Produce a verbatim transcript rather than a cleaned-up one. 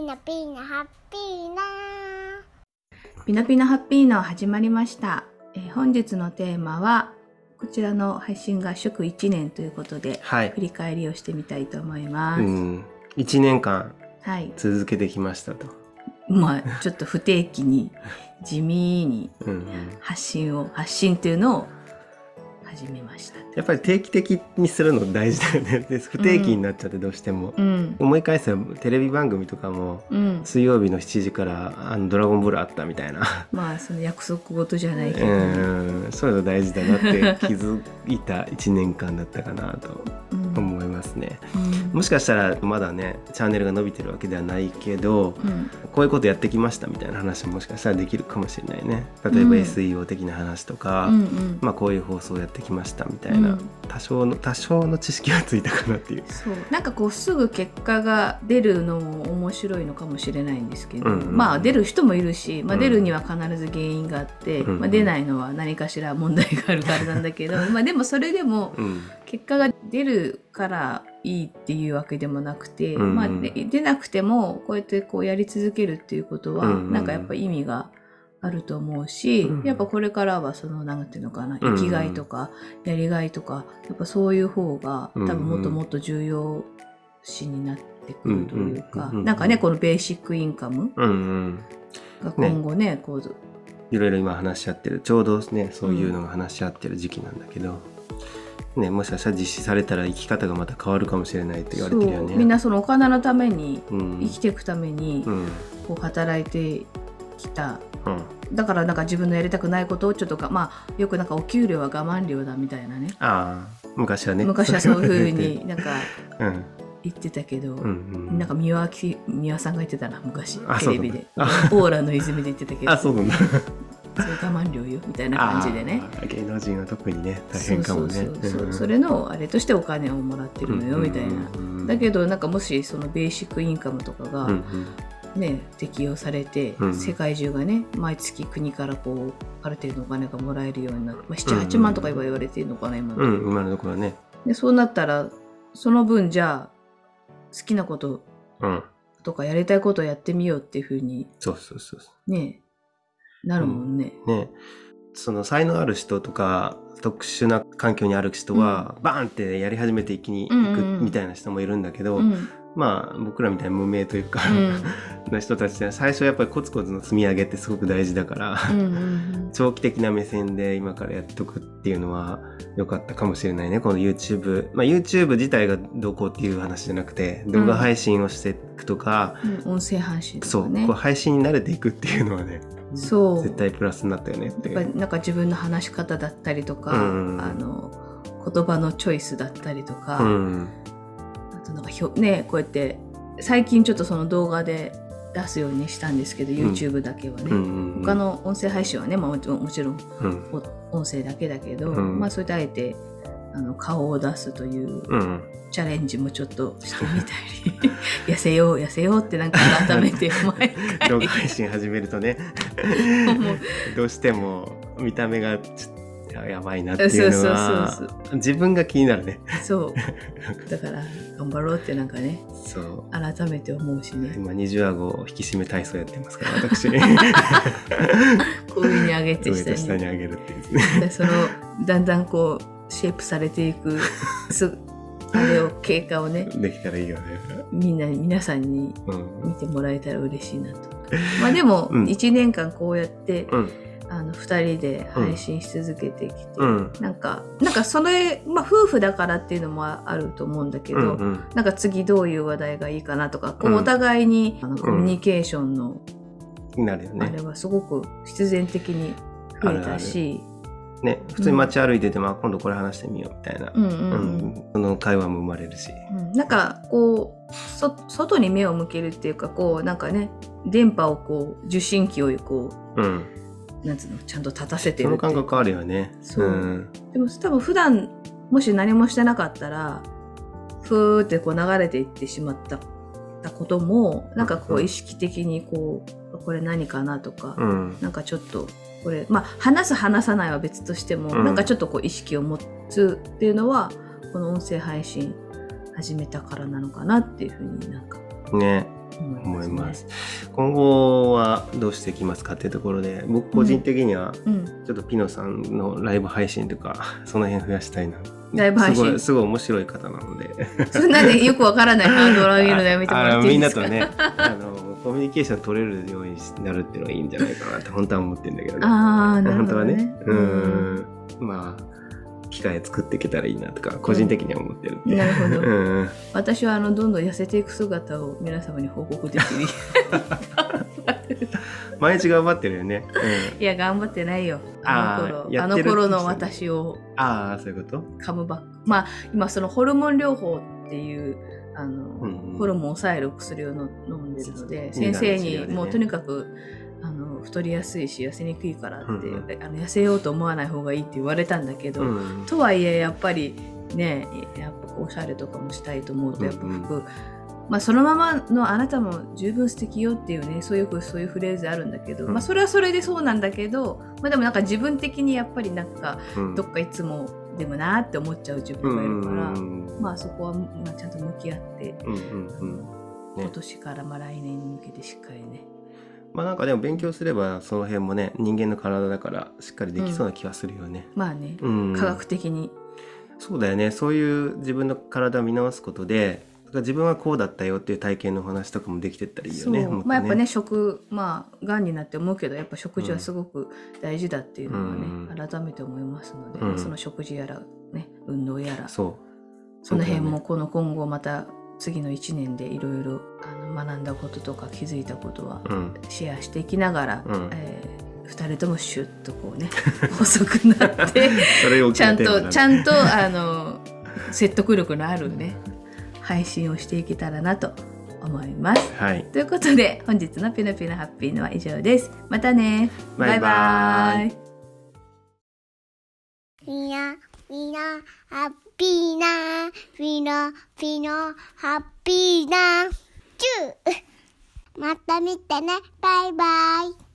ナピーナハッピーナピノピノハッピーナ始まりました、えー、本日のテーマはこちらの配信が祝いちねんということで、はい、振り返りをしてみたいと思います。うん、 いちねんかん続けてきましたと、 はい、まあちょっと不定期に地味に発信を、うんうん、発信っていうのを始めました。 やっぱり定期的にするの大事だよね。で不定期になっちゃってどうしても、うん、思い返せばテレビ番組とかも、うん、水曜日のしちじからあのドラゴンボールあったみたいなまあその約束事じゃないけど、 うんそういうの大事だなって気づいたいちねんかんだったかなと思いますね、うん、もしかしたらまだねチャンネルが伸びてるわけではないけど、うん、こういうことやってきましたみたいな話ももしかしたらできるかもしれないね。例えば エスイーオー 的な話とか、うんうん、まあこういう放送をやってきましたみたいな、うん、多少の多少の知識がついたかなっていう。 そうなんかこうすぐ結果が出るのも面白いのかもしれないんですけど、うんうん、まあ出る人もいるし、まあ、出るには必ず原因があって、うんまあ、出ないのは何かしら問題があるからなんだけど、まあでもそれでも結果が出るからいいっていうわけでもなくて、うんうんまあ、出なくてもこうやってこうやり続けるっていうことは、うんうん、なんかやっぱ意味があると思うし、うん、やっぱこれからはそのなんていうのかな、生きがいとかやりがいとかやっぱそういう方が多分もっともっと重要視になってくるというか、うんうん、なんかねこのベーシックインカムが今後ね、ねこういろいろ今話し合ってるちょうどねそういうのが話し合ってる時期なんだけど、うんね、もしかしたら実施されたら生き方がまた変わるかもしれないって言われてるよね。 みんなそのお金のために、うん、生きていくために、うん、こう働いてきた、うん、だからなんか自分のやりたくないことをちょっとか、まあ、よくなんかお給料は我慢料だみたいなね。 ああ昔はね昔はそういうふうになんか言ってたけど、うんうん、なんか三輪三輪さんが言ってたな昔テレビでオーラの泉で言ってたけどあそうなんだそれ我慢料よみたいな感じでね。 芸能人は特にね大変かもね。 そうそうそうそう、うん、それのあれとしてお金をもらってるのよみたいな、うんうんうん、だけどなんかもしそのベーシックインカムとかが、うんうんね、適用されて、うん、世界中がね毎月国からこうある程度お金がもらえるようになって、まあ、ななはちまんとか言われてるのかな今の、 うん、今のところはね。 でそうなったらその分じゃあ好きなこととかやりたいことをやってみようっていうふうにそうそうそうねなるもんね。 うん、ねその才能ある人とか特殊な環境にある人は、うん、バーンってやり始めて一気にいくみたいな人もいるんだけど、うんうん、まあ僕らみたいな無名というか、うん、の人たちは最初やっぱりコツコツの積み上げってすごく大事だから、うんうんうん、長期的な目線で今からやっておくっていうのは良かったかもしれないね。この YouTube、まあ、YouTube 自体がどうこうっていう話じゃなくて動画配信をしていくとか、 うん、音声配信とかね、 そうこう配信に慣れていくっていうのはねそう絶対プラスになったよねっていう。 やっぱりなんか自分の話し方だったりとか、うん、あの言葉のチョイスだったりとか、うん、あとなんかひょ、ね、こうやって最近ちょっとその動画で出すようにしたんですけど、うん、YouTube だけはね、うんうんうん、他の音声配信はね、まあ、もちろん音声だけだけど、うん、まあそういったあえてあの顔を出すというチャレンジもちょっとしてみたり痩せよう痩せようってなんか改めて毎回動画配信始めるとねどうしても見た目がちょっとやばいなっていうのはそうそうそうそう自分が気になるね。 そうだから頑張ろうってなんかねそう改めて思うしね。 今二重顎を引き締め体操やってますから私こう上に上げて下に下に上げるっていうですね。 そのだんだんこうシェイプされていくすあれを経過をねできたらいいよね。 みんな皆さんに見てもらえたら嬉しいなと、うん、まあでもいちねんかんこうやって、うん、あのふたりで配信し続けてきて、うん、なんかなんかそれ、まあ、夫婦だからっていうのもあると思うんだけど、うんうん、なんか次どういう話題がいいかなとかこうお互いに、あのコミュニケーションの、 うん、なるよね。 あれはすごく必然的に増えたしあるあるね、普通に街歩いてて、うんまあ、今度これ話してみようみたいな、うんうんうん、その会話も生まれるし、 うん、なんかこうそ外に目を向けるっていうかこうなんかね電波をこう受信機をこう、うん、なんつうのちゃんと立たせてるっていうその感覚あるよね。 そう、うん、でも多分普段もし何もしてなかったらふーってこう流れていってしまったこともなんかこう意識的にこうこれ何かなとか、うん、なんかちょっとこれまあ話す話さないは別としても、うん、なんかちょっとこう意識を持つっていうのはこの音声配信始めたからなのかなっていうふうになんかね思います。今後はどうしていきますかっていうところで、僕個人的にはちょっとピノさんのライブ配信とかその辺増やしたいな。 ライブ配信すごいすごい面白い方なのでそんなでよくわからないハードルを上げるのやめてもらっていいですか。 みんなとねあのコミュニケーション取れるようになるっていうのはいいんじゃないかなって本当は思ってるんだけどね。 ああ、なるほどね。 本当はね、うんまあ機会作っていけたらいいなとか個人的には思ってるんで、 うん、なるほど、 うん、 私はあのどんどん痩せていく姿を皆様に報告できる毎日頑張ってるよね、 うん、いや頑張ってないよ。あの頃あの頃の私をああそういうことカムバック。まあ今そのホルモン療法っていうあの、うんうん、ホルモンを抑える薬をの飲んでるので、先生にもうとにかくあの太りやすいし痩せにくいからって、うんうん、あの痩せようと思わない方がいいって言われたんだけど、うん、とはいえやっぱりねやっぱおしゃれとかもしたいと思うとやっぱ服、うんうん、まあ、そのままのあなたも十分素敵よっていうねそういうそういうフレーズあるんだけど、うん、まあ、それはそれでそうなんだけど、まあ、でもなんか自分的にやっぱりなんかどっかいつもでもなって思っちゃう自分がいるから、うん、まあそこはまあちゃんと向き合って、うんうんうんね、今年からまあ来年に向けてしっかりね。 まあなんかでも勉強すればその辺もね人間の体だからしっかりできそうな気はするよね、 うん、まあね、うん、科学的にそうだよね。そういう自分の体を見直すことで自分はこうだったよっていう体験の話とかもできてったらいいよね。 そう、まあ、やっぱね食まあがんになって思うけどやっぱ食事はすごく大事だっていうのはね、うん、改めて思いますので、うん、その食事やらね運動やらそうその辺もこの今後また次のいちねんでいろいろ学んだこととか気づいたことはシェアしていきながら、うんえー、ふたりともシュッとこうね細くなってちゃんとちゃんとあの説得力のあるね配信をしていけたらなと思います、はい、ということで本日のピノピノハッピーのは以上です。またねバイバイ。 ピノピノハッピーなピノピノハッピーなチューまた見てねバイバイ。